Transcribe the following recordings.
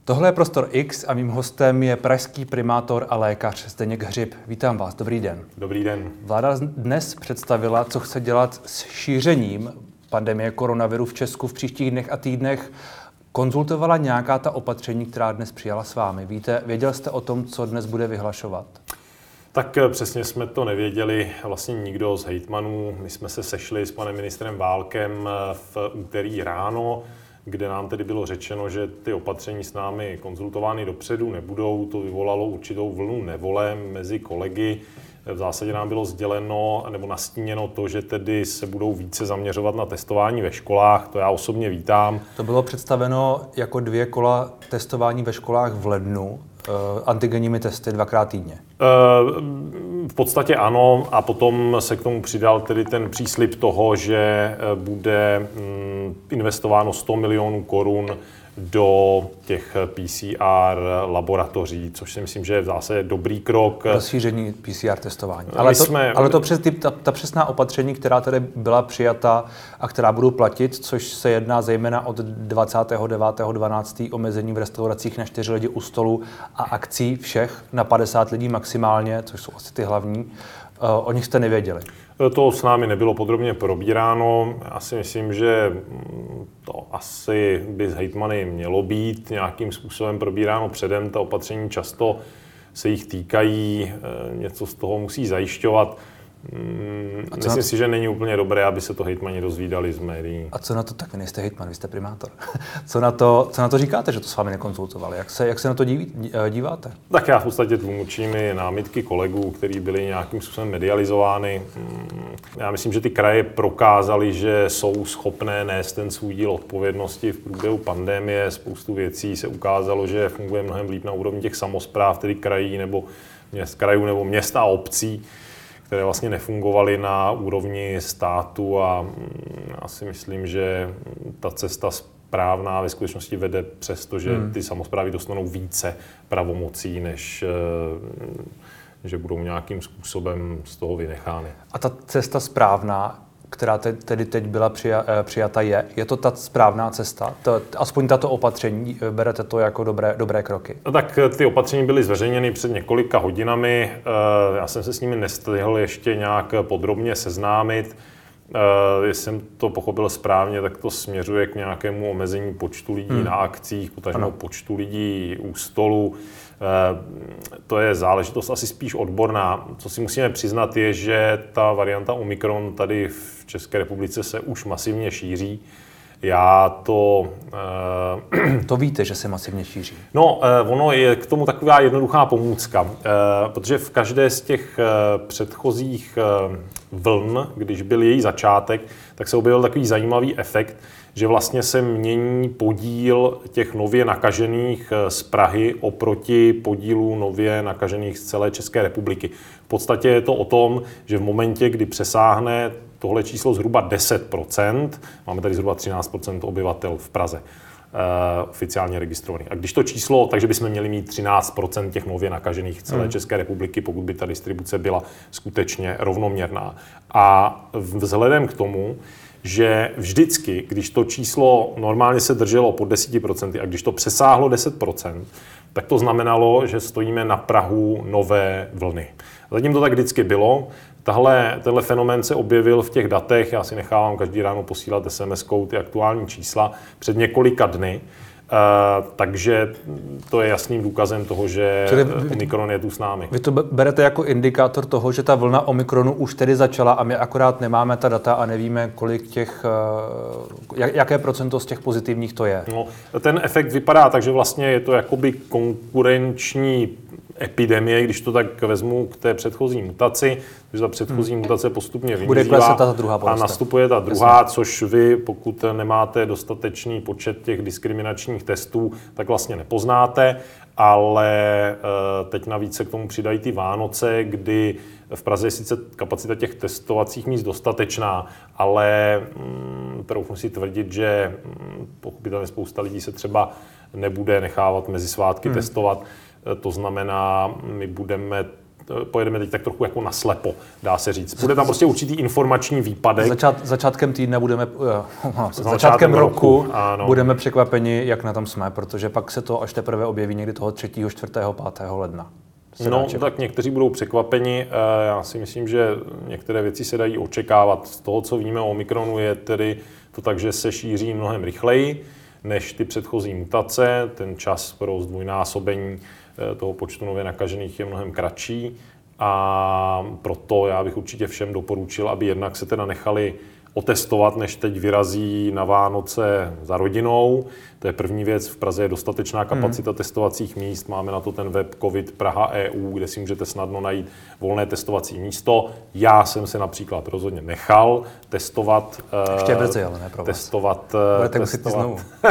Tohle je Prostor X a mým hostem je pražský primátor a lékař Zdeněk Hřib. Vítám vás, dobrý den. Dobrý den. Vláda dnes představila, co chce dělat s šířením pandemie koronaviru v Česku v příštích dnech a týdnech. Konzultovala nějaká ta opatření, která dnes přijala s vámi? Věděl jste o tom, co dnes bude vyhlašovat? Tak přesně jsme to nevěděli vlastně nikdo z hejtmanů. My jsme se sešli s panem ministrem Válkem v úterý ráno, kde nám tedy bylo řečeno, že ty opatření s námi konzultovány dopředu nebudou. To vyvolalo určitou vlnu nevole mezi kolegy. V zásadě nám bylo sděleno nebo nastíněno to, že tedy se budou více zaměřovat na testování ve školách. To já osobně vítám. To bylo představeno jako 2 kola testování ve školách v lednu. Antigenními testy 2krát týdně. V podstatě ano, a potom se k tomu přidal tedy ten příslib toho, že bude investováno 100 milionů korun do těch PCR laboratoří, což si myslím, že je v zásadě dobrý krok. Rozšíření PCR testování. Ta přesná opatření, která tady byla přijata a která budou platit, což se jedná zejména od 29.12. omezení v restauracích na 4 lidi u stolu a akcí všech na 50 lidí maximálně, což jsou asi ty hlavní, o nich jste nevěděli. To s námi nebylo podrobně probíráno. Já si myslím, že to asi by s hejtmany mělo být nějakým způsobem probíráno předem. Ta opatření často se jich týkají, něco z toho musí zajišťovat. Myslím si, že není úplně dobré, aby se to hejtmani dozvídali z médií. A co na to? Tak vy nejste hejtman, vy jste primátor. Co na to říkáte, že to s vámi nekonzultovali? Jak se na to díváte? Tak já v podstatě tlumočím i námitky kolegů, který byly nějakým způsobem medializovány. Já myslím, že ty kraje prokázaly, že jsou schopné nést ten svůj díl odpovědnosti v průběhu pandemie. Spoustu věcí se ukázalo, že funguje mnohem líp na úrovni těch samospráv, tedy krajů nebo měst a obcí, které vlastně nefungovaly na úrovni státu, a já si myslím, že ta cesta správná ve skutečnosti vede přesto, že ty samosprávy dostanou více pravomocí, než že budou nějakým způsobem z toho vynechány. A ta cesta správná, která tedy teď byla přijata, je to ta správná cesta? Aspoň tato opatření, berete to jako dobré kroky? No tak ty opatření byly zveřejněny před několika hodinami. Já jsem se s nimi nestihl ještě nějak podrobně seznámit. Jestli jsem to pochopil správně, tak to směřuje k nějakému omezení počtu lidí na akcích, potažmo počtu lidí u stolu. To je záležitost asi spíš odborná. Co si musíme přiznat je, že ta varianta Omikron tady v České republice se už masivně šíří. To víte, že se masivně šíří? No, ono je k tomu taková jednoduchá pomůcka, protože v každé z těch předchozích vln, když byl její začátek, tak se objevil takový zajímavý efekt, že vlastně se mění podíl těch nově nakažených z Prahy oproti podílu nově nakažených z celé České republiky. V podstatě je to o tom, že v momentě, kdy přesáhne tohle číslo zhruba 10%, máme tady zhruba 13% obyvatel v Praze oficiálně registrovaných. A když to číslo, takže bychom měli mít 13% těch nově nakažených celé České republiky, pokud by ta distribuce byla skutečně rovnoměrná. A vzhledem k tomu, že vždycky, když to číslo normálně se drželo pod 10% a když to přesáhlo 10%, tak to znamenalo, že stojíme na prahu nové vlny. Zatím to tak vždycky bylo. Tenhle fenomén se objevil v těch datech, já si nechávám každý ráno posílat SMS-kou ty aktuální čísla před několika dny, takže to je jasným důkazem toho, že Omikron je tu s námi. Vy to berete jako indikátor toho, že ta vlna Omikronu už tedy začala a my akorát nemáme ta data a nevíme, jaké procento z těch pozitivních to je. No, ten efekt vypadá tak, že vlastně je to jakoby konkurenční epidemie, když to tak vezmu k té předchozí mutaci, že ta předchozí mutace postupně vymizívá a nastupuje ta druhá, což vy, pokud nemáte dostatečný počet těch diskriminačních testů, tak vlastně nepoznáte, ale teď navíc se k tomu přidají ty Vánoce, kdy v Praze je sice kapacita těch testovacích míst dostatečná, ale troufnu si tvrdit, že pochopitelně spousta lidí se třeba nebude nechávat mezi svátky testovat. To znamená, my budeme pojedeme teď tak trochu jako naslepo, dá se říct. Bude tam prostě určitý informační výpadek. Začátkem týdne začátkem roku budeme překvapeni, jak na tom jsme, protože pak se to až teprve objeví někdy toho 3., 4., 5. ledna. Tak někteří budou překvapeni. Já si myslím, že některé věci se dají očekávat. Z toho, co víme o Omikronu, je tedy to tak, že se šíří mnohem rychleji než ty předchozí mutace. Ten čas pro zdvojnásobení toho počtu nově nakažených je mnohem kratší. A proto já bych určitě všem doporučil, aby jednak se teda nechali otestovat, než teď vyrazí na Vánoce za rodinou. To je první věc. V Praze je dostatečná kapacita testovacích míst. Máme na to ten web COVID Praha EU, kde si můžete snadno najít volné testovací místo. Já jsem se například rozhodně nechal testovat. Ještě brzy, ale ne pro vás. Testovat. Budete muset znovu.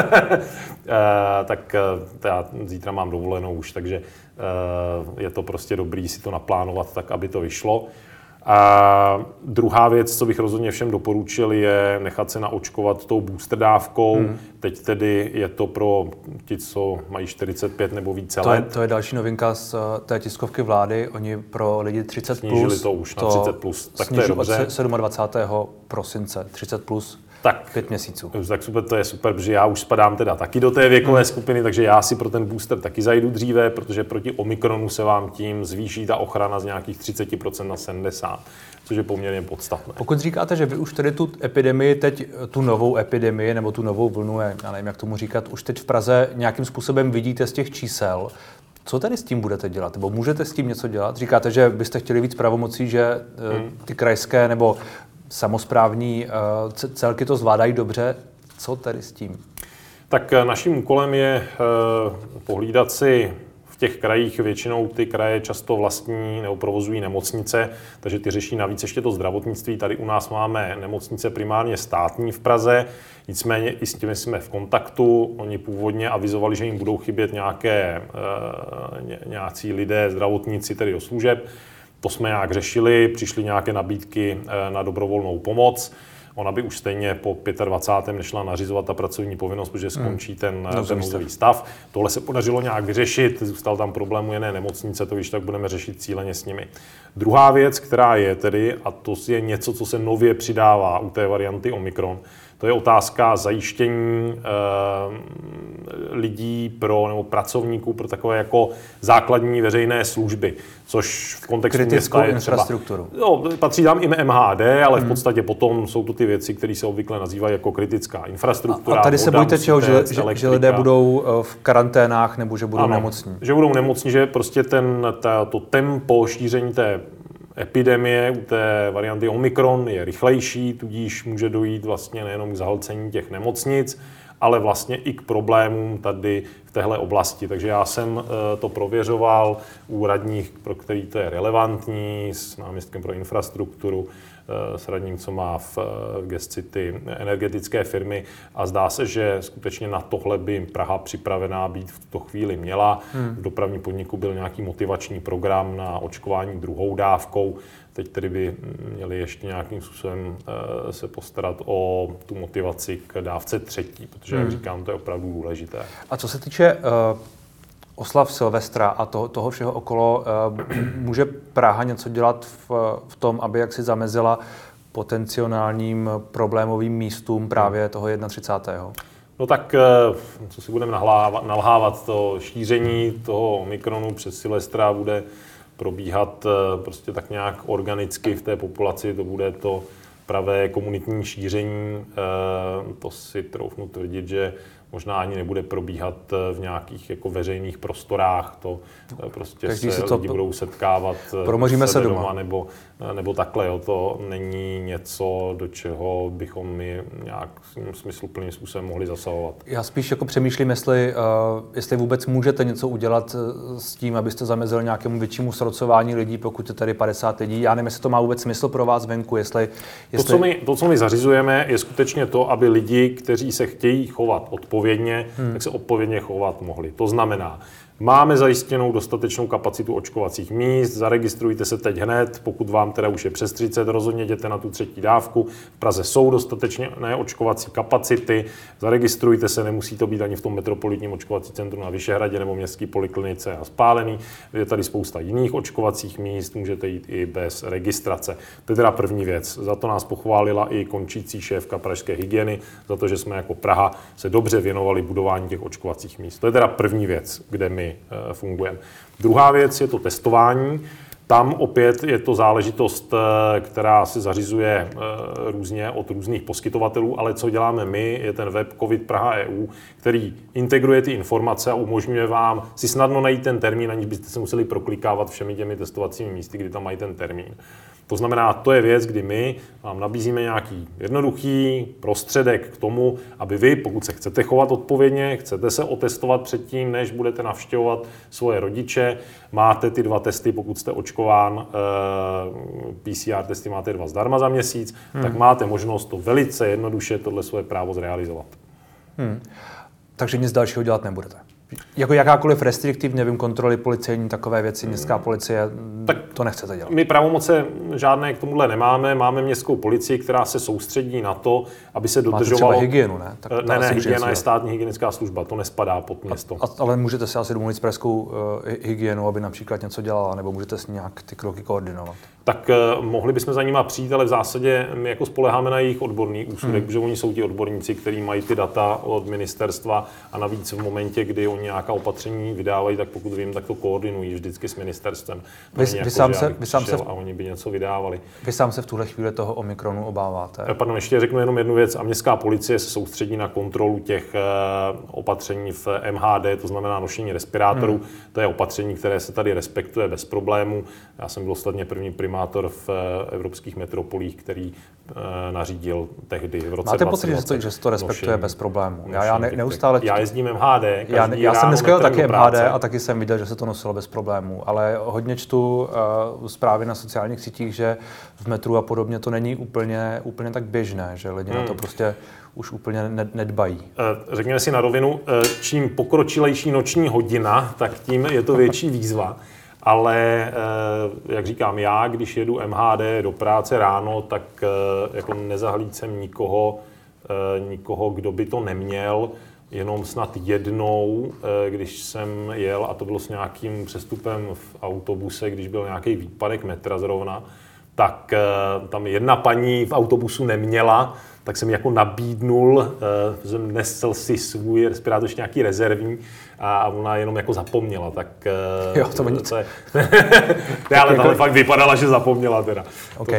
Tak já zítra mám dovolenou už, takže je to prostě dobrý si to naplánovat tak, aby to vyšlo. A druhá věc, co bych rozhodně všem doporučil, je nechat se naočkovat tou booster dávkou. Teď tedy je to pro ti, co mají 45 nebo více let. To je další novinka z té tiskovky vlády. Oni pro lidi 30+. Snížili to už na 30+. Tak to je dobře. Od 27. prosince 30+. Tak 5 měsíců. Tak super, to je super, protože já už spadám teda taky do té věkové skupiny, takže já si pro ten booster taky zajdu dříve, protože proti Omikronu se vám tím zvýší ta ochrana z nějakých 30% na 70%, což je poměrně podstatné. Pokud říkáte, že vy už tedy tu epidemii, teď tu novou epidemii nebo tu novou vlnu, já nevím, jak tomu říkat, už teď v Praze nějakým způsobem vidíte z těch čísel, co tady s tím budete dělat? Nebo můžete s tím něco dělat? Říkáte, že byste chtěli víc pravomocí, že ty krajské nebo samosprávní celky to zvládají dobře. Co tady s tím? Tak naším úkolem je pohlídat si v těch krajích, většinou ty kraje často vlastní nebo provozují nemocnice, takže ty řeší navíc ještě to zdravotnictví. Tady u nás máme nemocnice primárně státní v Praze, nicméně i s těmi jsme v kontaktu. Oni původně avizovali, že jim budou chybět nějací lidé, zdravotníci, tedy do služeb. To jsme nějak řešili, přišly nějaké nabídky na dobrovolnou pomoc. Ona by už stejně po 25. nešla nařizovat ta pracovní povinnost, protože skončí ten nouzový stav. Tohle se podařilo nějak vyřešit, zůstal tam problém u jiné nemocnice, to když tak budeme řešit cíleně s nimi. Druhá věc, která je tedy, a to je něco, co se nově přidává u té varianty Omikron, to je otázka zajištění lidí nebo pracovníků pro takové jako základní veřejné služby, což v kontextu kritickou infrastrukturu. Patří tam i MHD, ale v podstatě potom jsou to ty věci, které se obvykle nazývají jako kritická infrastruktura. A tady se bojíte čeho, že lidé budou v karanténách nebo že budou nemocní? Že budou nemocní, že prostě to tempo šíření té epidemie u té varianty Omikron je rychlejší, tudíž může dojít vlastně nejenom k zahlcení těch nemocnic, ale vlastně i k problémům tady v téhle oblasti. Takže já jsem to prověřoval u radních, pro který to je relevantní, s náměstkem pro infrastrukturu, s radním, co má v gesci ty energetické firmy a zdá se, že skutečně na tohle by Praha připravená být v tuto chvíli měla. V dopravním podniku byl nějaký motivační program na očkování druhou dávkou. Teď tedy by měli ještě nějakým způsobem se postarat o tu motivaci k dávce třetí, protože, jak říkám, to je opravdu důležité. A co se týče oslav Silvestra a toho všeho okolo, může Praha něco dělat v tom, aby jaksi zamezila potenciálním problémovým místům právě toho 31. No tak, co si budeme nalhávat, to šíření toho Omikronu přes Silvestra bude probíhat prostě tak nějak organicky v té populaci, to bude to pravé komunitní šíření, to si troufnu tvrdit, že možná ani nebude probíhat v nějakých jako veřejných prostorách, to prostě lidi budou setkávat se doma nebo takhle, jo. To není něco, do čeho bychom my nějak smysluplným způsobem mohli zasahovat. Já spíš jako přemýšlím, jestli vůbec můžete něco udělat s tím, abyste zamezili nějakému většímu srocování lidí, pokud je tady 50 lidí. Já nevím, jestli to má vůbec smysl pro vás venku, To, co my zařizujeme, je skutečně to, aby lidi, kteří se chtějí chovat odpovědně, odpovědně, tak se odpovědně chovat mohli. To znamená, máme zajištěnou dostatečnou kapacitu očkovacích míst, zaregistrujte se teď hned, pokud vám teda už je přes 30, rozhodně jděte na tu 3. dávku. V Praze jsou dostatečné očkovací kapacity, zaregistrujte se, nemusí to být ani v tom metropolitním očkovací centru na Vyšehradě nebo městské poliklinice a Spálený. Je tady spousta jiných očkovacích míst, můžete jít i bez registrace. To je teda první věc. Za to nás pochválila i končící šéfka pražské hygieny, za to, že jsme jako Praha se dobře věnovali budování těch očkovacích míst. To je teda první věc, kde my fungujeme. Druhá věc je to testování. Tam opět je to záležitost, která se zařizuje různě od různých poskytovatelů, ale co děláme my, je ten web COVID Praha EU, který integruje ty informace a umožňuje vám si snadno najít ten termín, aniž byste se museli proklikávat všemi těmi testovacími místy, kdy tam mají ten termín. To znamená, to je věc, kdy my vám nabízíme nějaký jednoduchý prostředek k tomu, aby vy, pokud se chcete chovat odpovědně, chcete se otestovat předtím, než budete navštěvovat svoje rodiče, máte ty 2 testy, pokud jste očkován, PCR testy máte 2 zdarma za měsíc, tak máte možnost to velice jednoduše tohle svoje právo zrealizovat. Takže nic dalšího dělat nebudete? Jako jakákoliv restriktivní, nevím, kontroly policejní, takové věci, městská policie, tak to nechcete dělat? My pravomoce žádné k tomuhle nemáme. Máme městskou policii, která se soustředí na to, aby se dodržovalo... Máte třeba hygienu, ne? Tak ne, hygiena je státní hygienická služba, to nespadá pod město. Ale můžete si asi domluvit s pražskou hygienu, aby například něco dělala, nebo můžete s nějak ty kroky koordinovat? Tak mohli bychom za nima přijít, ale v zásadě my jako spoléháme na jejich odborný úsudek, protože oni jsou ti odborníci, kteří mají ty data od ministerstva a navíc v momentě, kdy oni nějaká opatření vydávají, tak pokud vím, tak to koordinují vždycky s ministerstvem. Vy sám se a oni by něco vydávali. Vy sám se v tuhle chvíli toho Omikronu obáváte? Pardon, ještě řeknu jenom jednu věc. A městská policie se soustředí na kontrolu těch opatření v MHD, to znamená nošení respirátorů. To je opatření, které se tady respektuje bez problémů. Já jsem byl ostatně první primátor v evropských metropolích, který nařídil tehdy v roce 2020. Máte pocit, že se to respektuje bez problémů? Já jezdím MHD. Já jsem dneska jel taky MHD a taky jsem viděl, že se to nosilo bez problémů, ale hodně čtu zprávy na sociálních sítích, že v metru a podobně to není úplně tak běžné, že lidi na to prostě už úplně nedbají. Řekněme si na rovinu, čím pokročilejší noční hodina, tak tím je to větší výzva. Ale, jak říkám, já, když jedu MHD do práce ráno, tak jako nezahlídcem nikoho, kdo by to neměl. Jenom snad jednou, když jsem jel, a to bylo s nějakým přestupem v autobuse, když byl nějaký výpadek metra zrovna, tak tam jedna paní v autobusu neměla, tak jsem jako nabídnul, jsem nesl si svůj respirátor, ještě nějaký rezervní, a ona jenom jako zapomněla, tak... Jo, to nic. Ne, ale tahle fakt vypadala, že zapomněla teda. Okay.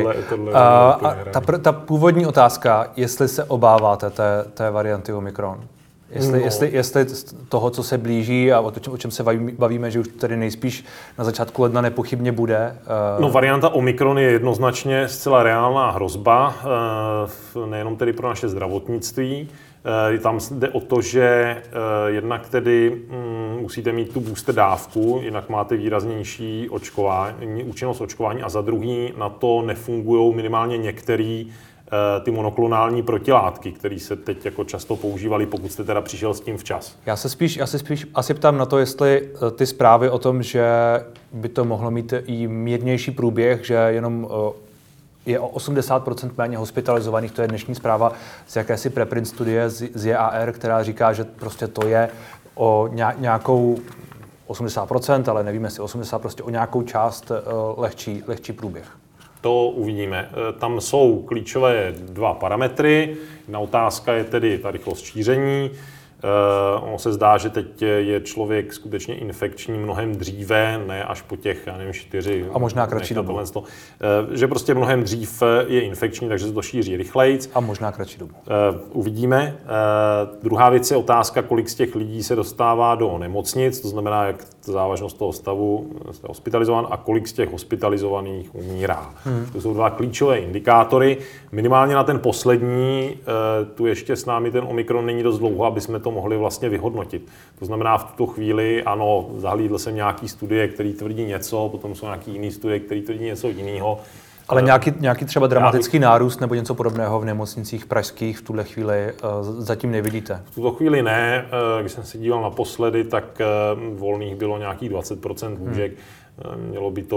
Ta původní otázka, jestli se obáváte té varianty Omikron? Jestli toho, co se blíží a o čem se bavíme, že už tady nejspíš na začátku ledna nepochybně bude. No, varianta Omikron je jednoznačně zcela reálná hrozba, nejenom tedy pro naše zdravotnictví. Tam jde o to, že jednak tedy musíte mít tu booster dávku, jinak máte výrazně nižší účinnost očkování a za druhý na to nefungují minimálně některý ty monoklonální protilátky, které se teď jako často používaly, pokud jste teda přišel s tím včas. Já se spíš asi ptám na to, jestli ty zprávy o tom, že by to mohlo mít i mírnější průběh, že jenom je o 80% méně hospitalizovaných, to je dnešní zpráva z jakési preprint studie z JAR, která říká, že prostě to je o nějakou 80%, ale nevíme si 80%, prostě o nějakou část lehčí průběh. To uvidíme. Tam jsou klíčové 2 parametry. Jedna otázka je tedy ta rychlost šíření. Ono se zdá, že teď je člověk skutečně infekční mnohem dříve, ne až po těch, 4... A možná kratší dobu. Že prostě mnohem dřív je infekční, takže se to šíří rychlejc. A možná kratší dobu. Uvidíme. Druhá věc je otázka, kolik z těch lidí se dostává do nemocnic, to znamená, jak závažnost toho stavu jste hospitalizován a kolik z těch hospitalizovaných umírá. To jsou 2 klíčové indikátory. Minimálně na ten poslední, tu ještě s námi ten Omikron není dost dlouho, aby jsme to mohli vlastně vyhodnotit. To znamená, v tuto chvíli, ano, zahlídl jsem nějaký studie, který tvrdí něco, potom jsou nějaký jiný studie, který tvrdí něco jiného. Ale nějaký třeba dramatický nárůst nebo něco podobného v nemocnicích pražských v tuhle chvíli zatím nevidíte? V tuto chvíli ne. Když jsem se díval naposledy, tak volných bylo nějakých 20% lůžek. Mělo by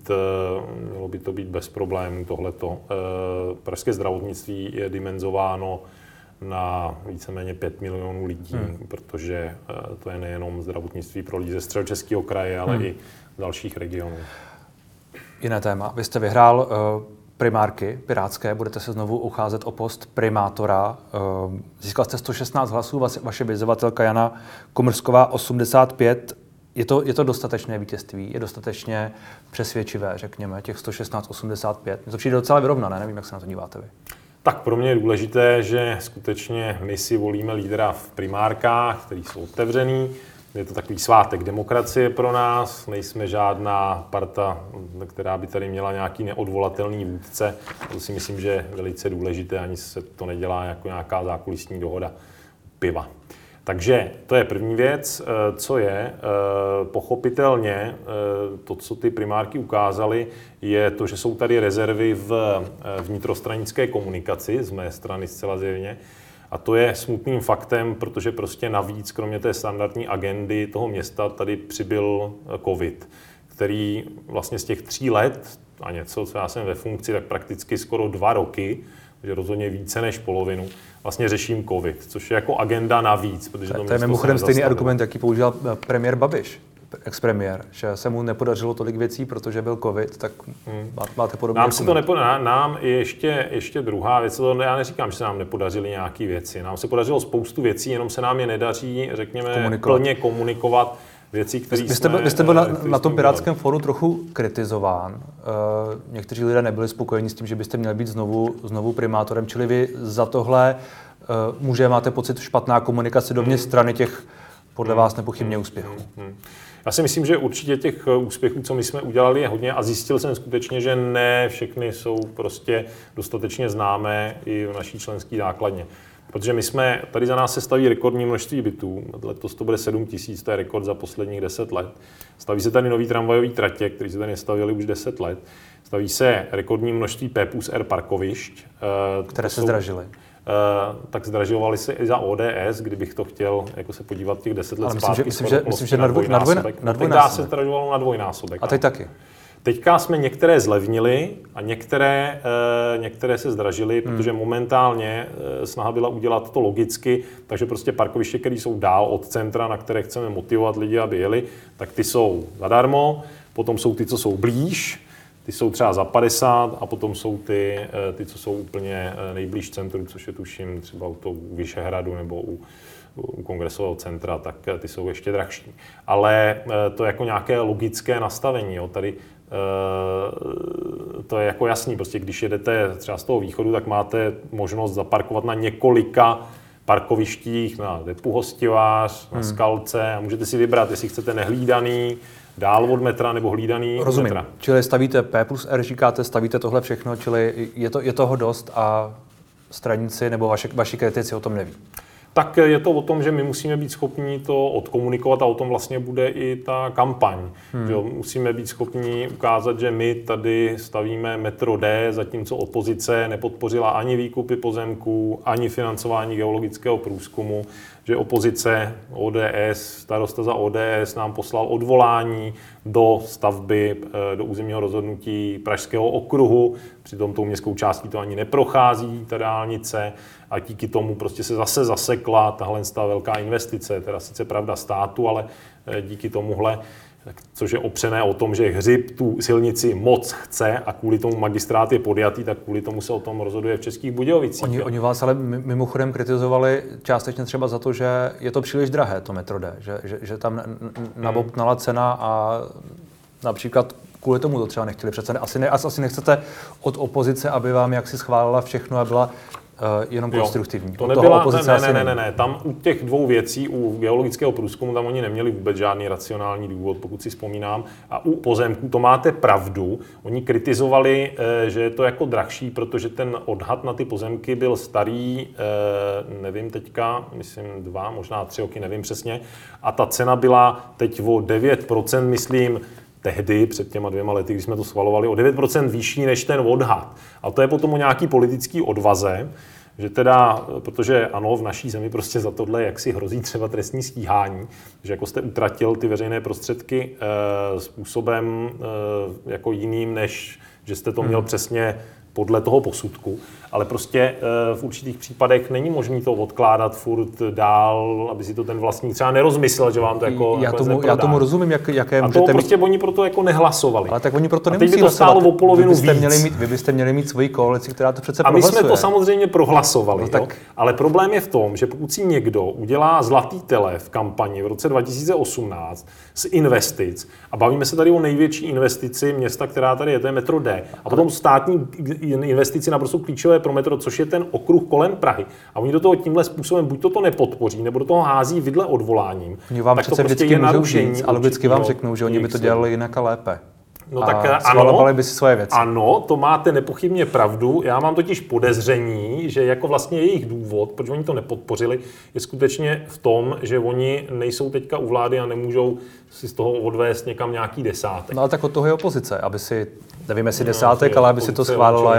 to být bez problémů tohleto. Pražské zdravotnictví je dimenzováno na víceméně 5 milionů lidí, protože to je nejenom zdravotnictví pro lidi ze Středočeského kraje, ale i dalších regionů. Jiné téma. Vy jste vyhrál primárky pirátské, budete se znovu ucházet o post primátora. Získal jste 116 hlasů, vaše vyzývatelka Jana Komrsková 85. Je to dostatečné vítězství? Je dostatečně přesvědčivé, řekněme, těch 116-85? Mně to přijde docela vyrovnané, nevím, jak se na to díváte vy. Tak pro mě je důležité, že skutečně my si volíme lídra v primárkách, který jsou otevřený. Je to takový svátek demokracie pro nás, nejsme žádná parta, která by tady měla nějaký neodvolatelný vůdce. To si myslím, že je velice důležité, ani se to nedělá jako nějaká zákulisní dohoda piva. Takže to je první věc, co je. Pochopitelně to, co ty primárky ukázaly, je to, že jsou tady rezervy v vnitrostranické komunikaci, z mé strany zcela zjevně. A to je smutným faktem, protože prostě navíc, kromě té standardní agendy toho města, tady přibyl covid, který vlastně z těch 3 let a něco, co já jsem ve funkci, tak prakticky skoro 2 roky, takže rozhodně více než polovinu, vlastně řeším covid, což je jako agenda navíc. Protože to je mimochodem stejný argument, jaký používal premiér Babiš, ex-premiér, že se mu nepodařilo tolik věcí, protože byl covid, tak máte podobný argument. Nám ještě druhá věc, já neříkám, že se nám nepodařily nějaké věci, nám se podařilo spoustu věcí, jenom se nám je nedaří, řekněme, plně komunikovat věci, které Vy jste byl na tom Pirátském fóru trochu kritizován. Někteří lidé nebyli spokojeni s tím, že byste měli být znovu primátorem, čili vy za tohle máte pocit špatná komunikace dovnitř strany těch podle vás nepochybně úspěchů. Já si myslím, že určitě těch úspěchů, co my jsme udělali, je hodně a zjistil jsem skutečně, že ne všechny jsou prostě dostatečně známé i v naší členské základně. Protože my jsme, tady za nás se staví rekordní množství bytů, letos to bude 7 000, to je rekord za posledních 10 let. Staví se tady nový tramvajový tratě, které se tady nestavily už 10 let. Staví se rekordní množství P+R parkovišť. Které se zdražily. Tak zdražovaly se i za ODS, kdybych to chtěl jako se podívat těch 10 let zpátky. Myslím, že na dvojnásobek. Teď se zdražovalo na dvojnásobek. A teď taky. Teďka jsme některé zlevnili a některé se zdražily, protože momentálně snaha byla udělat to logicky, takže prostě parkoviště, které jsou dál od centra, na které chceme motivovat lidi, aby jeli, tak ty jsou zadarmo, potom jsou ty, co jsou blíž, ty jsou třeba za 50 a potom jsou ty, co jsou úplně nejblíž centru, což je tuším třeba u Vyšehradu nebo u kongresového centra, tak ty jsou ještě drahší. Ale to je jako nějaké logické nastavení. Jo. Tady to je jako jasný, prostě když jedete třeba z toho východu, tak máte možnost zaparkovat na několika parkovištích, na Depu Hostivář, na Skalce a můžete si vybrat, jestli chcete nehlídaný, dál od metra nebo hlídaný od metra. Čili stavíte P+R, říkáte, stavíte tohle všechno, čili je toho dost a straníci nebo vaši kritici o tom neví. Tak je to o tom, že my musíme být schopni to odkomunikovat a o tom vlastně bude i ta kampaň. Že musíme být schopni ukázat, že my tady stavíme metro D, zatímco opozice nepodpořila ani výkupy pozemků, ani financování geologického průzkumu, že opozice ODS, starosta za ODS nám poslal odvolání do stavby, do územního rozhodnutí Pražského okruhu, přitom tou městskou částí to ani neprochází, ta dálnice, a díky tomu prostě se zase zasekla tahle velká investice, teda sice pravda státu, ale díky tomuhle, což je opřené o tom, že Hřib tu silnici moc chce a kvůli tomu magistrát je podjatý, tak kvůli tomu se o tom rozhoduje v Českých Budějovicích. Oni vás ale mimochodem kritizovali částečně třeba za to, že je to příliš drahé, to metro D, že tam nabobtnala cena a například kvůli tomu to třeba nechtěli. Přece asi nechcete od opozice, aby vám jaksi schválila všechno a byla jenom konstruktivní. To nebyla, ne. Tam u těch dvou věcí, u geologického průzkumu, tam oni neměli vůbec žádný racionální důvod, pokud si vzpomínám. A u pozemků, to máte pravdu, oni kritizovali, že je to jako drahší, protože ten odhad na ty pozemky byl starý, nevím teďka, myslím 2, možná 3 roky, nevím přesně. A ta cena byla teď o 9%, myslím, tehdy, před těma 2 lety, když jsme to schvalovali, o 9% vyšší než ten odhad. A to je potom o nějaký politický odvaze, že teda, protože ano, v naší zemi prostě za tohle jaksi hrozí třeba trestní stíhání, že jako jste utratil ty veřejné prostředky způsobem jako jiným, než že jste to měl přesně podle toho posudku, ale prostě v určitých případech není možné to odkládat furt dál, aby si to ten vlastník třeba nerozmyslel, že vám to jako já tomu rozumím, jaké a to prostě oni proto jako nehlasovali. Ale tak oni proto nemusí hlasovat. A teď by to stálo o polovinu víc. Vy byste měli mít svoji koalici, která to přece prohlasuje. A my jsme to samozřejmě prohlasovali, no, tak... ale problém je v tom, že pokud si někdo udělá zlatý tele v kampani v roce 2018 z investic, a bavíme se tady o největší investici města, která tady je, to je metro D, a potom státní investici naprosto klíčové pro metro, což je ten okruh kolem Prahy. A oni do toho tímhle způsobem buď to nepodpoří, nebo do toho hází vidle odvoláním. Oni vám přece vždycky můžou říct, ale vždycky vám řeknou, že oni by to dělali jinak a lépe. No tak ano, by si svoje věci. Ano, to máte nepochybně pravdu. Já mám totiž podezření, že jako vlastně jejich důvod, proč oni to nepodpořili, je skutečně v tom, že oni nejsou teďka u vlády a nemůžou si z toho odvést někam nějaký desátek. No ale tak od toho je opozice, aby si, nevím jestli desátek, ale aby si to schválila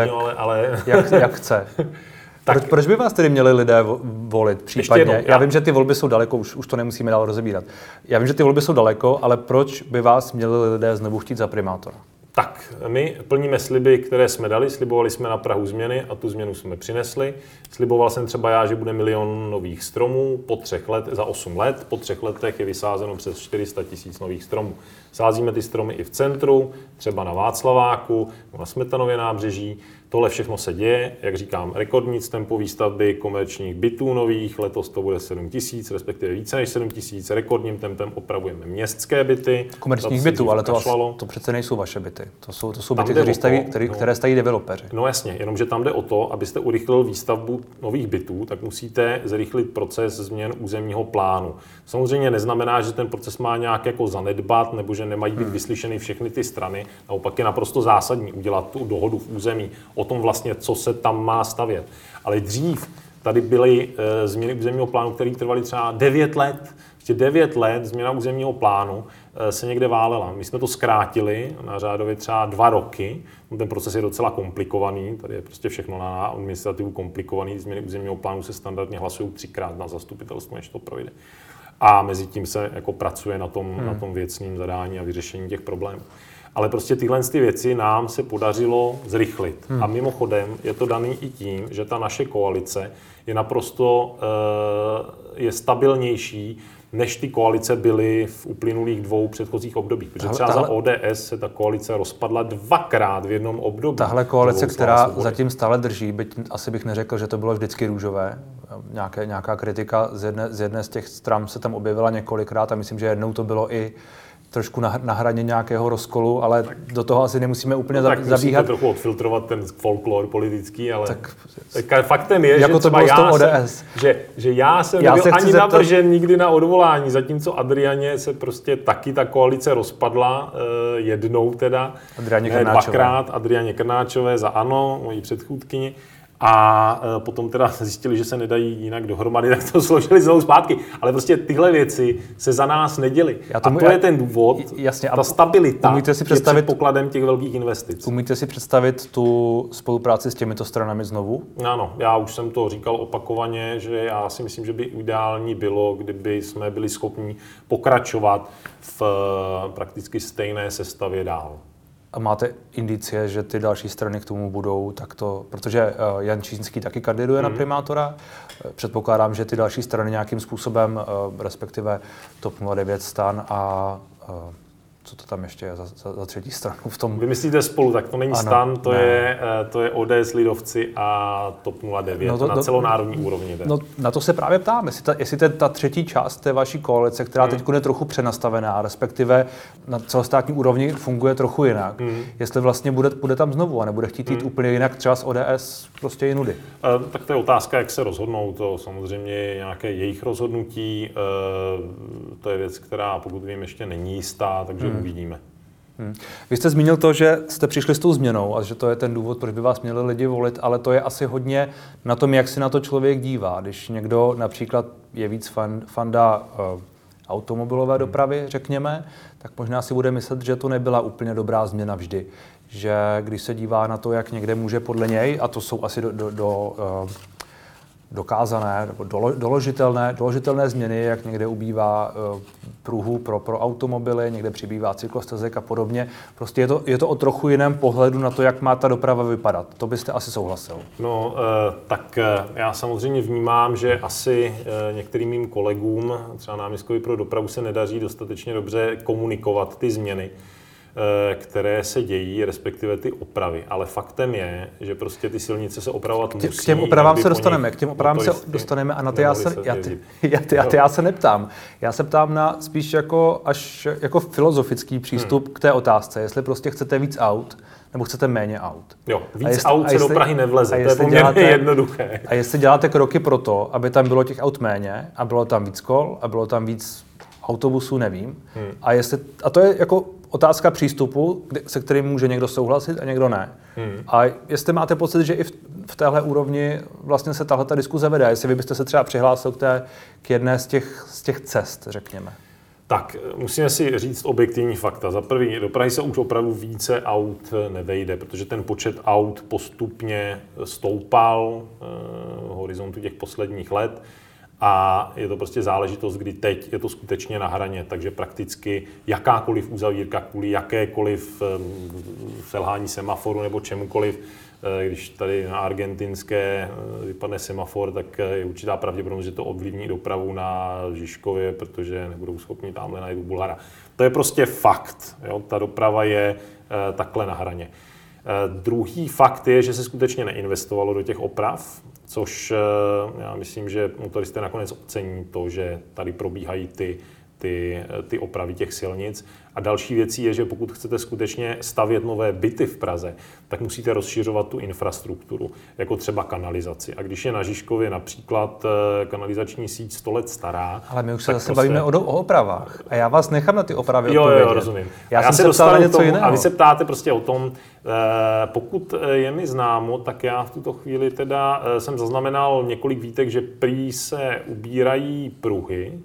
jak chce. Proč by vás tedy měli lidé volit případně? Já vím, že ty volby jsou daleko, už to nemusíme dál rozebírat. Já vím, že ty volby jsou daleko, ale proč by vás měli lidé znovu chtít za primátora? Tak, my plníme sliby, které jsme dali. Slibovali jsme na Prahu změny a tu změnu jsme přinesli. Sliboval jsem třeba já, že bude 1 000 000 nových stromů za 8 let. Po 3 letech je vysázeno přes 400 000 nových stromů. Sázíme ty stromy i v centru, třeba na Václaváku, na Smetanově nábřeží. Tohle všechno se děje, jak říkám, rekordní tempo výstavby komerčních bytů nových, letos to bude 7 000, respektive více než 7 000, rekordním tempem opravujeme městské byty. Komerčních bytů, ale to přece nejsou vaše byty, to jsou byty, které staví developeři. No jasně, jenomže tam jde o to, abyste urychlil výstavbu nových bytů, tak musíte zrychlit proces změn územního plánu. Samozřejmě neznamená, že ten proces má nějak jako zanedbat, nebo že nemají být vyslyšeny všechny ty strany, naopak je naprosto zásadní udělat tu dohodu v území o tom vlastně, co se tam má stavět. Ale dřív tady byly změny územního plánu, které trvaly třeba 9 let. Ještě 9 let změna územního plánu se někde válela. My jsme to zkrátili na řádově třeba 2 roky. Ten proces je docela komplikovaný. Tady je prostě všechno na administrativu komplikovaný. Změny územního plánu se standardně hlasují 3krát na zastupitelstvu, než to projde. A mezi tím se jako pracuje na tom věcném zadání a vyřešení těch problémů. Ale prostě tyhle věci nám se podařilo zrychlit. A mimochodem je to daný i tím, že ta naše koalice je naprosto je stabilnější, než ty koalice byly v uplynulých 2 předchozích obdobích. Protože třeba za ODS se ta koalice rozpadla 2krát v jednom období. Tahle koalice, která zatím stále drží, byť asi bych neřekl, že to bylo vždycky růžové. Nějaká kritika z jedné z těch stran se tam objevila několikrát a myslím, že jednou to bylo i trošku na hraně nějakého rozkolu, ale tak, do toho asi nemusíme úplně zabíhat. Musíte trochu odfiltrovat ten folklor politický, ale tak faktem je, jako že třeba já jsem nebyl ani navržen nikdy na odvolání, zatímco Adrianě se prostě taky ta koalice rozpadla jednou teda, dvakrát Adrianě Krnáčové za ANO, mojí předchůdkyni. A potom teda zjistili, že se nedají jinak dohromady, tak to složili znovu zpátky. Ale prostě tyhle věci se za nás neděly. A to je ten důvod, jasně, ta stabilita je předpokladem těch velkých investic. Umíte si představit tu spolupráci s těmito stranami znovu? Ano, já už jsem to říkal opakovaně, že já si myslím, že by ideální bylo, kdyby jsme byli schopni pokračovat v prakticky stejné sestavě dál. A máte indicie, že ty další strany k tomu budou takto, protože Jan Čižinský taky kandiduje na primátora. Předpokládám, že ty další strany nějakým způsobem, respektive TOP 09, STAN a co to tam ještě je za třetí stranu v tom? Vy myslíte Spolu, tak to není ano, STAN, to je ODS, Lidovci a TOP 09 na celonárodní úrovni. No, na to se právě ptám, jestli ta třetí část té vaší koalice, která teď je trochu přenastavená, respektive na celostátní úrovni funguje trochu jinak, jestli vlastně bude tam znovu a nebude chtít jít úplně jinak, třeba z ODS prostě jinudy. Tak to je otázka, jak se rozhodnou, to samozřejmě je nějaké jejich rozhodnutí, to je věc, která pokud vím ještě není jistá, takže uvidíme. Vy jste zmínil to, že jste přišli s tou změnou a že to je ten důvod, proč by vás měli lidi volit, ale to je asi hodně na tom, jak si na to člověk dívá. Když někdo například je víc fanda automobilové dopravy, řekněme, tak možná si bude myslet, že to nebyla úplně dobrá změna vždy. Že když se dívá na to, jak někde může podle něj, a to jsou asi dokázané nebo doložitelné změny, jak někde ubývá pruhů pro automobily, někde přibývá cyklostezek a podobně. Prostě je to o trochu jiném pohledu na to, jak má ta doprava vypadat. To byste asi souhlasil. No, tak já samozřejmě vnímám, že asi některým mým kolegům, třeba náměstkovi pro dopravu, se nedaří dostatečně dobře komunikovat ty změny, které se dějí, respektive ty opravy. Ale faktem je, že prostě ty silnice se opravovat musí. K těm opravám se dostaneme, a na to já se neptám. Já se ptám na spíš jako filozofický přístup k té otázce, jestli prostě chcete víc aut, nebo chcete méně aut. Jo, víc aut se do Prahy nevleze, to je poměrně jednoduché. A jestli děláte kroky pro to, aby tam bylo těch aut méně, a bylo tam víc kol, a bylo tam víc autobusů, nevím. A to je jako otázka přístupu, se kterým může někdo souhlasit a někdo ne. A jestli máte pocit, že i v téhle úrovni vlastně se tahle diskuze vede, jestli vy byste se třeba přihlásil k jedné z těch cest, řekněme. Tak, musíme si říct objektivní fakta. Za první, do Prahy se už opravdu více aut nevejde, protože ten počet aut postupně stoupal v horizontu těch posledních let. A je to prostě záležitost, kdy teď je to skutečně na hraně, takže prakticky jakákoliv uzavírka kvůli jakékoliv selhání semaforu nebo čemukoliv, když tady na argentinské vypadne semafor, tak je určitá pravděpodobnost, že to ovlivní dopravu na Žižkově, protože nebudou schopni tamhle najít Bulhara. To je prostě fakt, jo? Ta doprava je takhle na hraně. Druhý fakt je, že se skutečně neinvestovalo do těch oprav, což já myslím, že motoristé nakonec ocení to, že tady probíhají ty opravy těch silnic. A další věcí je, že pokud chcete skutečně stavět nové byty v Praze, tak musíte rozšiřovat tu infrastrukturu, jako třeba kanalizaci. A když je na Žižkově například kanalizační síť 100 let stará... Ale my už se zase bavíme o opravách. A já vás nechám na ty opravy odpovědět. Jo, rozumím. Já jsem se ptal na něco jiného. A vy se ptáte prostě o tom, pokud je mi známo, tak já v tuto chvíli teda jsem zaznamenal několik výtek, že prý se ubírají pruhy,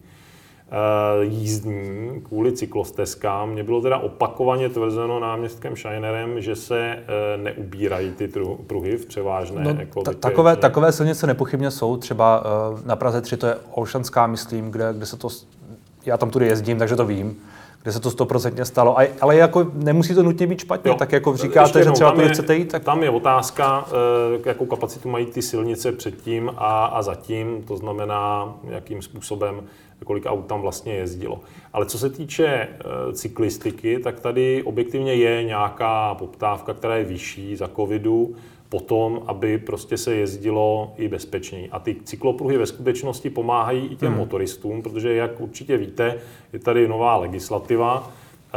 jízdní kvůli cyklostezkám. Mně bylo teda opakovaně tvrzeno náměstkem Scheinerem, že se neubírají ty pruhy v převážné. Takové silnice nepochybně jsou. Třeba na Praze 3 to je Olšanská, myslím, kde se to... Já tam tudy jezdím, takže to vím. Kde se to 100% stalo. Ale jako nemusí to nutně být špatně. Tak jako říkáte, že třeba tudy chcete jít. Tak... Tam je otázka, jakou kapacitu mají ty silnice předtím a zatím. To znamená, jakým způsobem, kolik aut tam vlastně jezdilo. Ale co se týče cyklistiky, tak tady objektivně je nějaká poptávka, která je vyšší za covidu, potom, aby prostě se jezdilo i bezpečněji. A ty cyklopruhy ve skutečnosti pomáhají i těm motoristům, protože, jak určitě víte, je tady nová legislativa,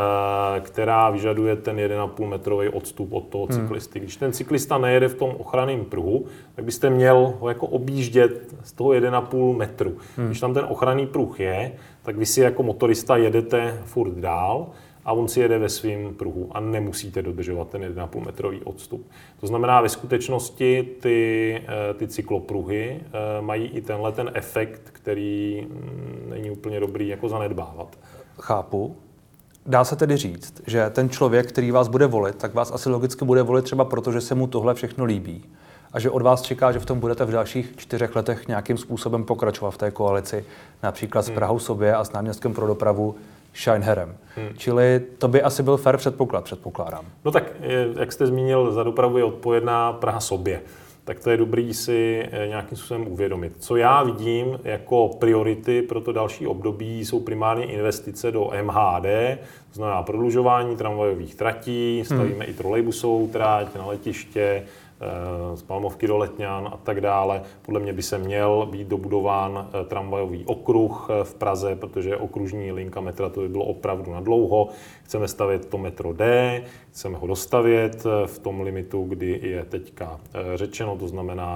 která vyžaduje ten 1,5 metrový odstup od toho cyklisty. Když ten cyklista nejede v tom ochranném pruhu, tak byste měl ho jako objíždět z toho 1,5 metru. Když tam ten ochranný pruh je, tak vy si jako motorista jedete furt dál a on si jede ve svém pruhu a nemusíte dodržovat ten 1,5 metrový odstup. To znamená, ve skutečnosti ty cyklopruhy mají i ten efekt, který není úplně dobrý jako zanedbávat. Chápu. Dá se tedy říct, že ten člověk, který vás bude volit, tak vás asi logicky bude volit třeba proto, že se mu tohle všechno líbí. A že od vás čeká, že v tom budete v dalších 4 letech nějakým způsobem pokračovat v té koalici, například s Prahou sobě a s náměstkem pro dopravu Scheinerem. Čili to by asi byl fair předpoklad, předpokládám. No tak, jak jste zmínil, za dopravu je odpovědná Praha sobě. Tak to je dobrý si nějakým způsobem uvědomit. Co já vidím jako priority pro to další období, jsou primárně investice do MHD, to znamená prodlužování tramvajových tratí, stavíme i trolejbusovou trať na letiště, z Palmovky do Letňan a tak dále. Podle mě by se měl být dobudován tramvajový okruh v Praze, protože okružní linka metra to by bylo opravdu na dlouho. Chceme stavět to metro D, chceme ho dostavět v tom limitu, kdy je teďka řečeno, to znamená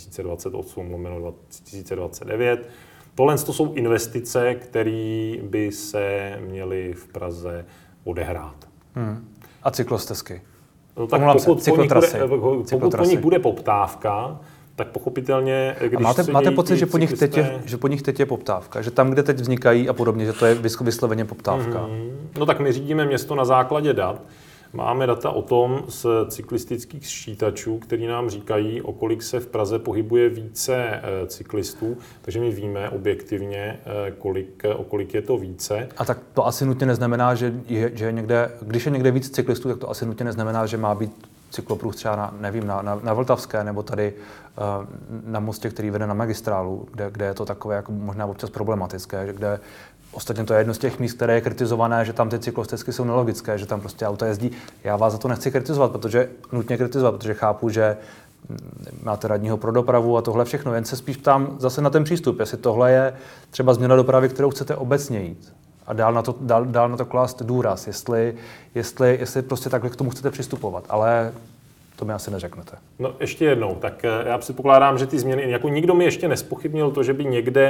2028/2029. Tohle to jsou investice, které by se měly v Praze odehrát. A cyklostezky? No tak pokud po nich bude poptávka, tak pochopitelně, když máte pocit, že po nich teď je poptávka, že tam, kde teď vznikají a podobně, že to je vysloveně poptávka? No tak my řídíme město na základě dat. Máme data o tom z cyklistických sčítačů, který nám říkají, o kolik se v Praze pohybuje více cyklistů, takže my víme objektivně, o kolik je to více. A tak to asi nutně neznamená, že je někde, když je někde víc cyklistů, tak to asi nutně neznamená, že má být cyklopruh třeba na Vltavské nebo tady na mostě, který vede na magistrálu, kde je to takové jako možná občas problematické, kde ostatně to je jedno z těch míst, které je kritizované, že tam ty cyklostezky jsou nelogické, že tam prostě auta jezdí. Já vás za to nechci kritizovat, protože chápu, že máte radního pro dopravu a tohle všechno. Jen se spíš ptám zase na ten přístup, jestli tohle je třeba změna dopravy, kterou chcete obecně jít. A dál na to klást důraz, jestli prostě takhle k tomu chcete přistupovat. Ale to mi asi neřeknete. No ještě jednou, tak já předpokládám, že ty změny, jako nikdo mi ještě nespochybnil to, že by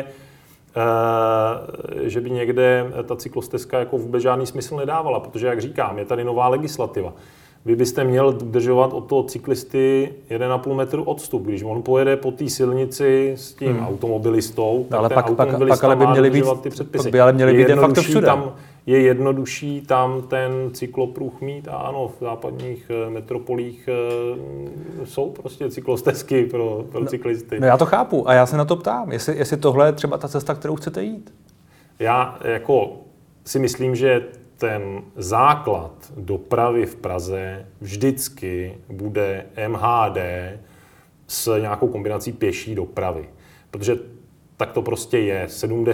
někde ta cyklostezka jako vůbec žádný smysl nedávala, protože, jak říkám, je tady nová legislativa. Vy byste měl udržovat od toho cyklisty 1,5 metru odstup. Když on pojede po té silnici s tím automobilistou, tak ale ten automobilista má dodržovat ty předpisy. Pak by ale měly být de facto všude. Je jednodušší tam ten cyklopruh mít a ano, v západních metropolích jsou prostě cyklostezky pro cyklisty. No já to chápu a já se na to ptám, jestli tohle je třeba ta cesta, kterou chcete jít. Já jako si myslím, že ten základ dopravy v Praze vždycky bude MHD s nějakou kombinací pěší dopravy. Protože tak to prostě je.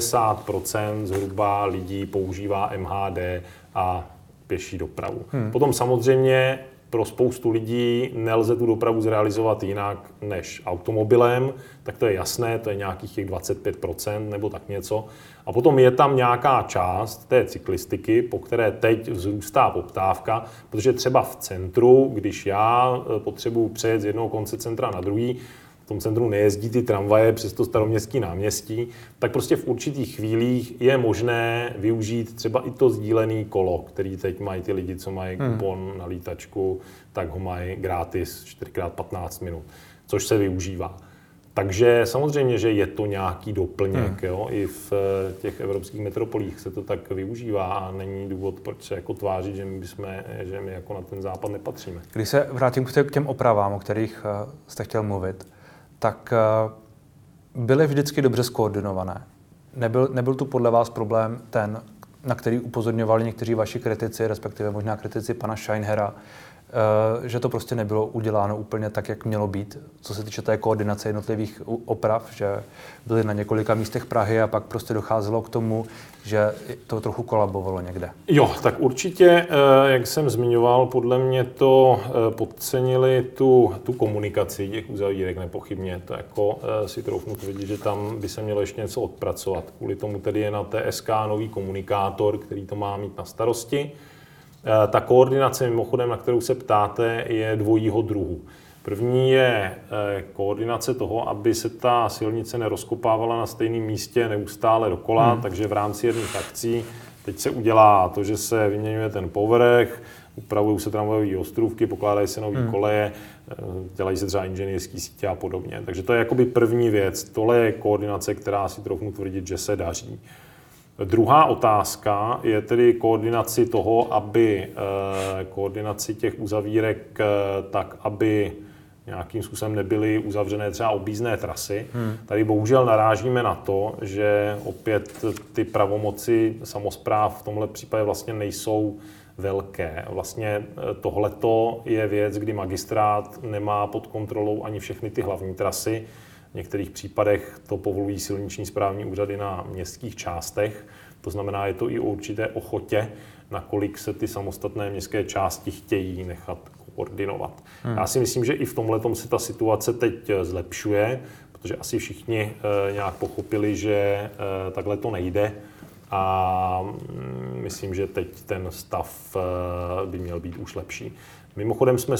70% zhruba lidí používá MHD a pěší dopravu. Potom samozřejmě pro spoustu lidí nelze tu dopravu zrealizovat jinak než automobilem, tak to je jasné, to je nějakých těch 25% nebo tak něco. A potom je tam nějaká část té cyklistiky, po které teď vzrůstá poptávka, protože třeba v centru, když já potřebuji přejet z jednoho konce centra na druhý, v tom centru nejezdí ty tramvaje přes to Staroměstské náměstí, tak prostě v určitých chvílích je možné využít třeba i to sdílené kolo, který teď mají ty lidi, co mají kupon na lítačku, tak ho mají gratis 4x15 minut, což se využívá. Takže samozřejmě, že je to nějaký doplněk, jo? I v těch evropských metropolích se to tak využívá a není důvod, proč se jako tvářit, že my jako na ten západ nepatříme. Když se vrátím k těm opravám, o kterých jste chtěl mluvit, tak byly vždycky dobře skoordinované. Nebyl tu podle vás problém ten, na který upozorňovali někteří vaši kritici, respektive možná kritici pana Scheinhera, že to prostě nebylo uděláno úplně tak, jak mělo být, co se týče té koordinace jednotlivých oprav, že byly na několika místech Prahy a pak prostě docházelo k tomu, že to trochu kolabovalo někde. Jo, tak určitě, jak jsem zmiňoval, podle mě to podcenili tu komunikaci těch uzavírek nepochybně. To jako si troufnu tvrdit, že tam by se mělo ještě něco odpracovat. Kvůli tomu tedy je na TSK nový komunikátor, který to má mít na starosti. Ta koordinace, mimochodem, na kterou se ptáte, je dvojího druhu. První je koordinace toho, aby se ta silnice nerozkopávala na stejném místě neustále dokola, takže v rámci jedných akcí teď se udělá to, že se vyměňuje ten povrch, upravují se tramvajové ostrůvky, pokládají se nové koleje, dělají se třeba inženýrské sítě a podobně. Takže to je jakoby první věc. Tohle je koordinace, která si trochu tvrdit, že se daří. Druhá otázka je tedy koordinaci toho, koordinaci těch uzavírek tak, aby nějakým způsobem nebyly uzavřené třeba objízdné trasy. Tady bohužel narážíme na to, že opět ty pravomoci samospráv v tomhle případě vlastně nejsou velké. Vlastně tohleto je věc, kdy magistrát nemá pod kontrolou ani všechny ty hlavní trasy. V některých případech to povolují silniční správní úřady na městských částech. To znamená, je to i o určité ochotě, nakolik se ty samostatné městské části chtějí nechat koordinovat. Já si myslím, že i v tomhletom se ta situace teď zlepšuje, protože asi všichni nějak pochopili, že takhle to nejde. A myslím, že teď ten stav by měl být už lepší. Mimochodem jsme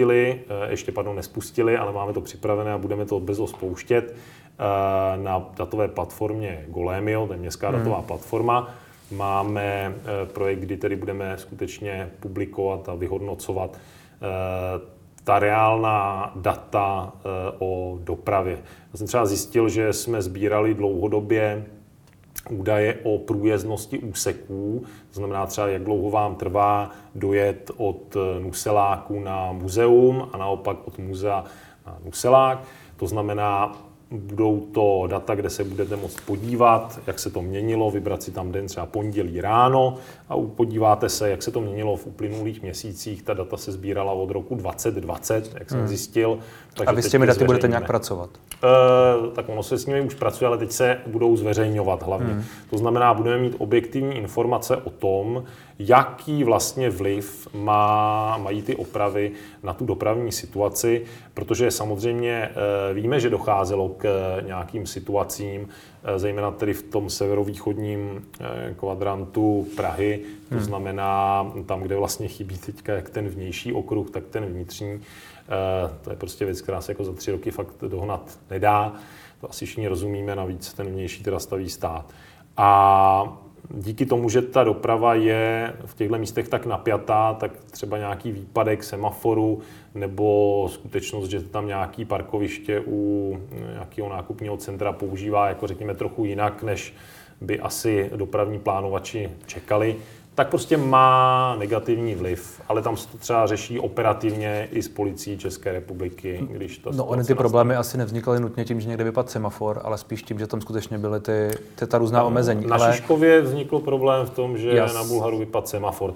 nespustili, ale máme to připravené a budeme to brzo spouštět na datové platformě Golemio, to je městská datová platforma. Máme projekt, kdy tedy budeme skutečně publikovat a vyhodnocovat ta reálná data o dopravě. Já jsem třeba zjistil, že jsme sbírali dlouhodobě údaje o průjezdnosti úseků, to znamená třeba, jak dlouho vám trvá dojet od Nuseláku na muzeum a naopak od muzea na Nuselák. To znamená, budou to data, kde se budete moct podívat, jak se to měnilo, vybrat si tam den třeba pondělí ráno a podíváte se, jak se to měnilo v uplynulých měsících. Ta data se sbírala od roku 2020, jak jsem zjistil. A vy s těmi daty budete nějak pracovat? Tak ono se s nimi už pracuje, ale teď se budou zveřejňovat hlavně. To znamená, budeme mít objektivní informace o tom, jaký vlastně vliv mají ty opravy na tu dopravní situaci, protože samozřejmě víme, že docházelo k nějakým situacím, zejména tedy v tom severovýchodním kvadrantu Prahy, to znamená tam, kde vlastně chybí teďka jak ten vnější okruh, tak ten vnitřní. To je prostě věc, která se jako za 3 roky fakt dohnat nedá. To asi všichni rozumíme, navíc ten vnější teda staví stát. A díky tomu, že ta doprava je v těchto místech tak napjatá, tak třeba nějaký výpadek semaforu nebo skutečnost, že tam nějaký parkoviště u nějakého nákupního centra používá jako řekněme trochu jinak, než by asi dopravní plánovači čekali, tak prostě má negativní vliv, ale tam se to třeba řeší operativně i s policií České republiky, když to. No, ony ty problémy asi nevznikaly nutně tím, že někde vypadl semafor, ale spíš tím, že tam skutečně byly ta různá omezení. Na Šiškově vznikl problém v tom, že na Bulharu vypadl semafor.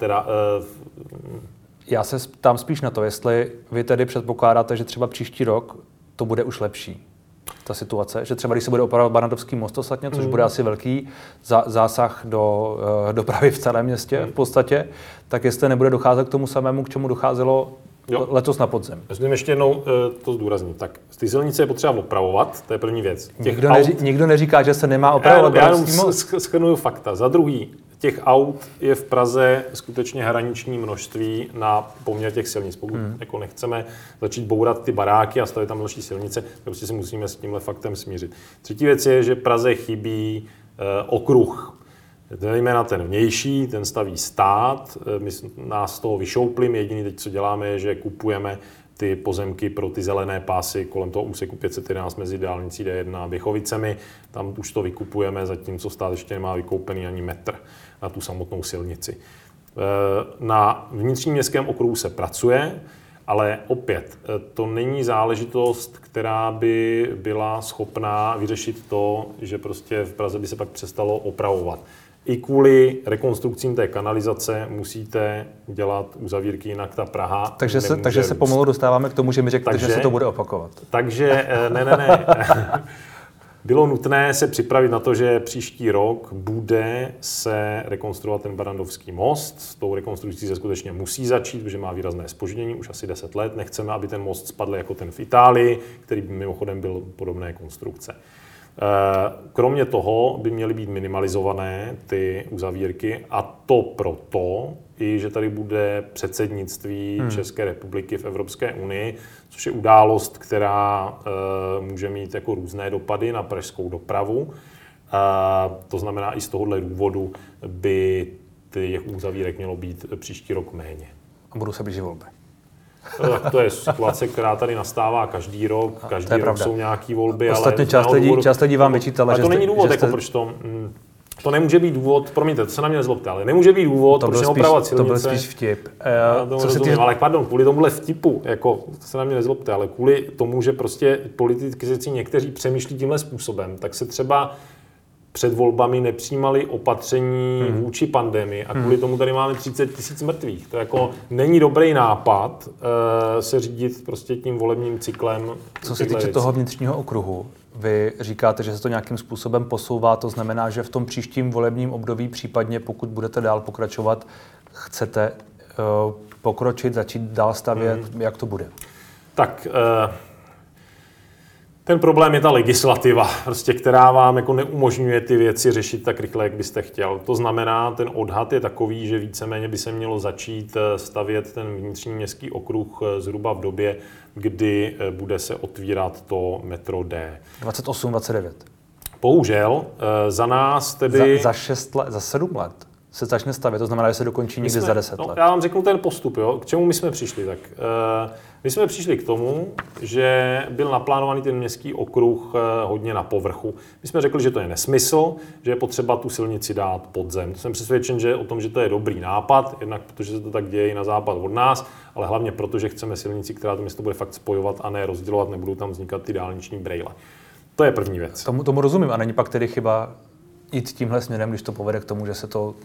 Já se ptám spíš na to, jestli vy tedy předpokládáte, že třeba příští rok to bude už lepší. Ta situace, že třeba když se bude opravovat Barrandovský most ostatně, což bude asi velký zásah do dopravy v celém městě v podstatě, tak jestli nebude docházet k tomu samému, k čemu docházelo letos na podzim. Myslím ještě jednou to zdůraznit. Tak ty silnice je potřeba opravovat, to je první věc. Nikdo neříká, že se nemá opravovat. Já jenom shrnuju fakta. Za druhý, těch aut je v Praze skutečně hraniční množství na poměr těch silnic. Pokud jako nechceme začít bourat ty baráky a stavit tam další silnice, tak prostě si musíme s tímhle faktem smířit. Třetí věc je, že Praze chybí okruh. Zejména ten vnější, ten staví stát, my nás z toho vyšoupli, jediný teď, co děláme, je, že kupujeme ty pozemky pro ty zelené pásy kolem toho úseku 511 mezi dálnicí D1 a Běchovicemi. Tam už to vykupujeme, zatímco stát ještě nemá vykoupený ani metr na tu samotnou silnici. Na vnitřním městském okruhu se pracuje, ale opět, to není záležitost, která by byla schopná vyřešit to, že prostě v Praze by se pak přestalo opravovat. I kvůli rekonstrukcím té kanalizace musíte dělat uzavírky, jinak ta Praha Takže se pomalu dostáváme k tomu, že mi řeknete, že se to bude opakovat. Takže ne. Bylo nutné se připravit na to, že příští rok bude se rekonstruovat ten Barrandovský most. S tou rekonstrukcí se skutečně musí začít, protože má výrazné zpoždění, už asi 10 let. Nechceme, aby ten most spadl jako ten v Itálii, který mimochodem byl podobné konstrukce. Kromě toho by měly být minimalizované ty uzavírky a to proto, i že tady bude předsednictví České republiky v Evropské unii, což je událost, která může mít jako různé dopady na pražskou dopravu. To znamená, i z tohohle důvodu by těch uzavírek mělo být příští rok méně. A budou se blížit volby. Tak to je situace, která tady nastává každý rok. Každý rok jsou nějaké volby. Ostatně část lidí vám vyčítala, že to není důvod, jako proč to nemůže být důvod, promiňte, to se na mě nezlobte, ale nemůže být důvod, proč neopravovat silnice. To byl spíš vtip. Ale pardon, kvůli tomuhle vtipu, jako, to se na mě nezlobte, ale kvůli tomu, že prostě politici někteří přemýšlí tímhle způsobem, tak se třeba před volbami nepřijímali opatření vůči pandemii a kvůli tomu tady máme 30 000 mrtvých. To jako není dobrý nápad se řídit prostě tím volebním cyklem. Co se týče toho vnitřního okruhu, vy říkáte, že se to nějakým způsobem posouvá, to znamená, že v tom příštím volebním období, případně pokud budete dál pokračovat, chcete pokročit, začít dál stavět, jak to bude? Tak ten problém je ta legislativa, prostě, která vám jako neumožňuje ty věci řešit tak rychle, jak byste chtěl. To znamená, ten odhad je takový, že víceméně by se mělo začít stavět ten vnitřní městský okruh zhruba v době, kdy bude se otvírat to metro D. 28, 29. Bohužel, za nás tedy... Za 6 let, za 7 let se začne stavět, to znamená, že se dokončí někdy za 10 let. Já vám řeknu ten postup, jo? K čemu my jsme přišli. Tak, my jsme přišli k tomu, že byl naplánovaný ten městský okruh hodně na povrchu. My jsme řekli, že to je nesmysl, že je potřeba tu silnici dát pod zem. To jsem přesvědčen, že o tom, že to je dobrý nápad, jednak protože se to tak děje i na západ od nás, ale hlavně proto, že chceme silnici, která to město bude fakt spojovat a ne rozdělovat, nebudou tam vznikat ty dálniční brejle. To je první věc. Tomu rozumím a není pak tedy chyba jít tímhle směrem, když to povede k tomu, že se to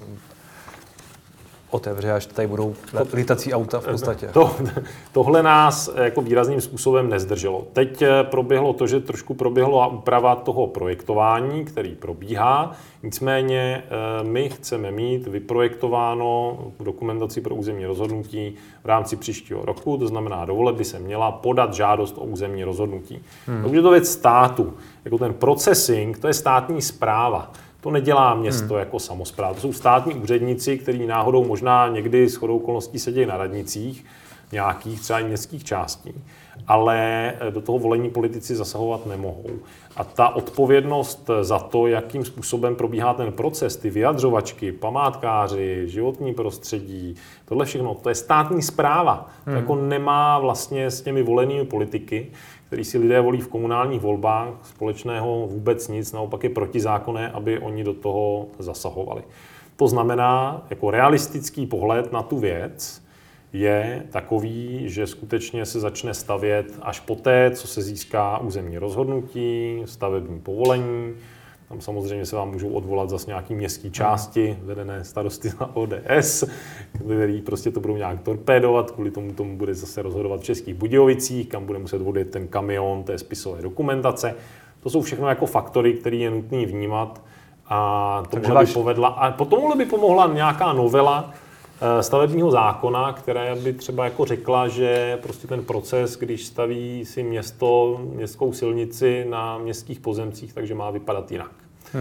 otevře, až tady budou lítací auta v podstatě. Tohle nás jako výrazným způsobem nezdrželo. Teď proběhlo to, že trošku proběhla úprava toho projektování, který probíhá. Nicméně my chceme mít vyprojektováno dokumentaci pro územní rozhodnutí v rámci příštího roku, to znamená, do voleb by se měla podat žádost o územní rozhodnutí. Už je to věc státu. Jako ten processing, to je státní správa. To nedělá město jako samospráva. To jsou státní úředníci, kteří náhodou možná někdy shodou okolností sedějí na radnicích, nějakých třeba i městských částí, ale do toho volení politici zasahovat nemohou. A ta odpovědnost za to, jakým způsobem probíhá ten proces, ty vyjadřovačky, památkáři, životní prostředí, tohle všechno, to je státní správa. To jako nemá vlastně s těmi volenými politiky, který si lidé volí v komunálních volbách, společného vůbec nic, naopak je protizákonné, aby oni do toho zasahovali. To znamená, jako realistický pohled na tu věc je takový, že skutečně se začne stavět až poté, co se získá územní rozhodnutí, stavební povolení. Tam samozřejmě se vám můžou odvolat zase nějaký městské části, vedené starosty na ODS, který prostě to budou nějak torpédovat, kvůli tomu bude zase rozhodovat v Českých Budějovicích, kam bude muset odjet ten kamion té spisové dokumentace. To jsou všechno jako faktory, které je nutné vnímat a tomuhle by pomohla nějaká novela stavebního zákona, která by třeba jako řekla, že prostě ten proces, když staví si městskou silnici na městských pozemcích, takže má vypadat jinak.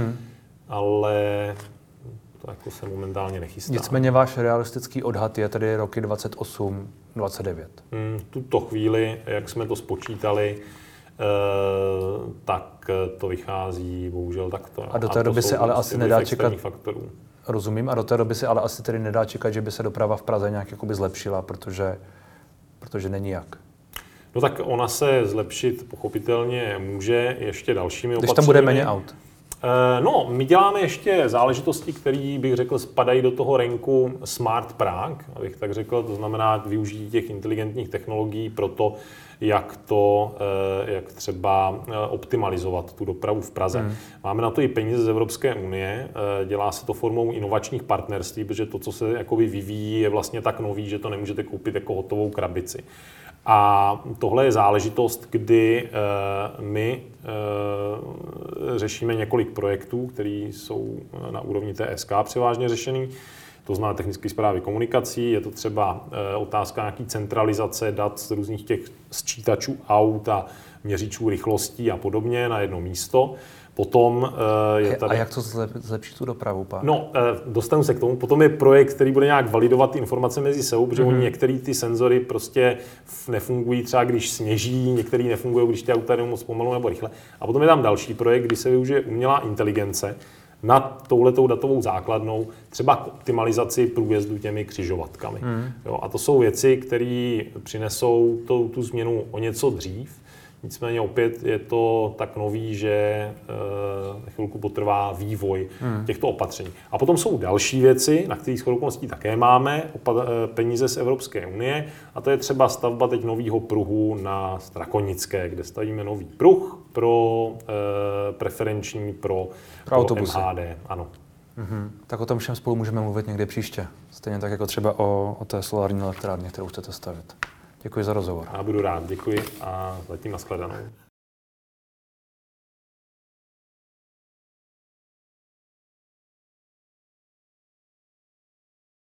Ale to jako se momentálně nechystá. Nicméně váš realistický odhad je tedy roky 28, 29. Tuto chvíli, jak jsme to spočítali, tak to vychází bohužel takto. A do té doby se ale asi nedá čekat. Faktorů. Rozumím, a do té doby se ale asi tedy nedá čekat, že by se doprava v Praze nějak jakoby zlepšila, protože není jak. No tak ona se zlepšit pochopitelně může ještě dalšími opatřeními. Když tam bude méně aut. No, my děláme ještě záležitosti, které, bych řekl, spadají do toho ranku Smart Prague, abych tak řekl, to znamená využití těch inteligentních technologií pro to, jak třeba optimalizovat tu dopravu v Praze. Máme na to i peníze z Evropské unie, dělá se to formou inovačních partnerství, protože to, co se jakoby vyvíjí, je vlastně tak nový, že to nemůžete koupit jako hotovou krabici. A tohle je záležitost, kdy my řešíme několik projektů, které jsou na úrovni TSK převážně řešený. To znamená technické správy komunikací, je to třeba otázka nějaký centralizace dat z různých těch sčítačů aut a měřičů rychlostí a podobně na jedno místo. Potom je tady... A jak to zlepší tu dopravu pak? No, dostanu se k tomu. Potom je projekt, který bude nějak validovat informace mezi sebou, protože oni některé ty senzory prostě nefungují třeba, když sněží, některé nefungují, když ty auta jdou moc pomalu nebo rychle. A potom je tam další projekt, kdy se využije umělá inteligence nad touhletou datovou základnou, třeba k optimalizaci průjezdu těmi křižovatkami. Jo, a to jsou věci, které přinesou tu změnu o něco dřív. Nicméně opět je to tak nový, že chvilku potrvá vývoj těchto opatření. A potom jsou další věci, na kterých shodou okolností také máme peníze z Evropské unie, a to je třeba stavba teď nového pruhu na Strakonické, kde stavíme nový pruh pro preferenční pro autobusy. MHD. Ano. Tak o tom všem spolu můžeme mluvit někde příště. Stejně tak jako třeba o té solární elektrárně, kterou chcete stavit. Děkuji za rozhovor. Já budu rád, děkuji a zatím nashledanou.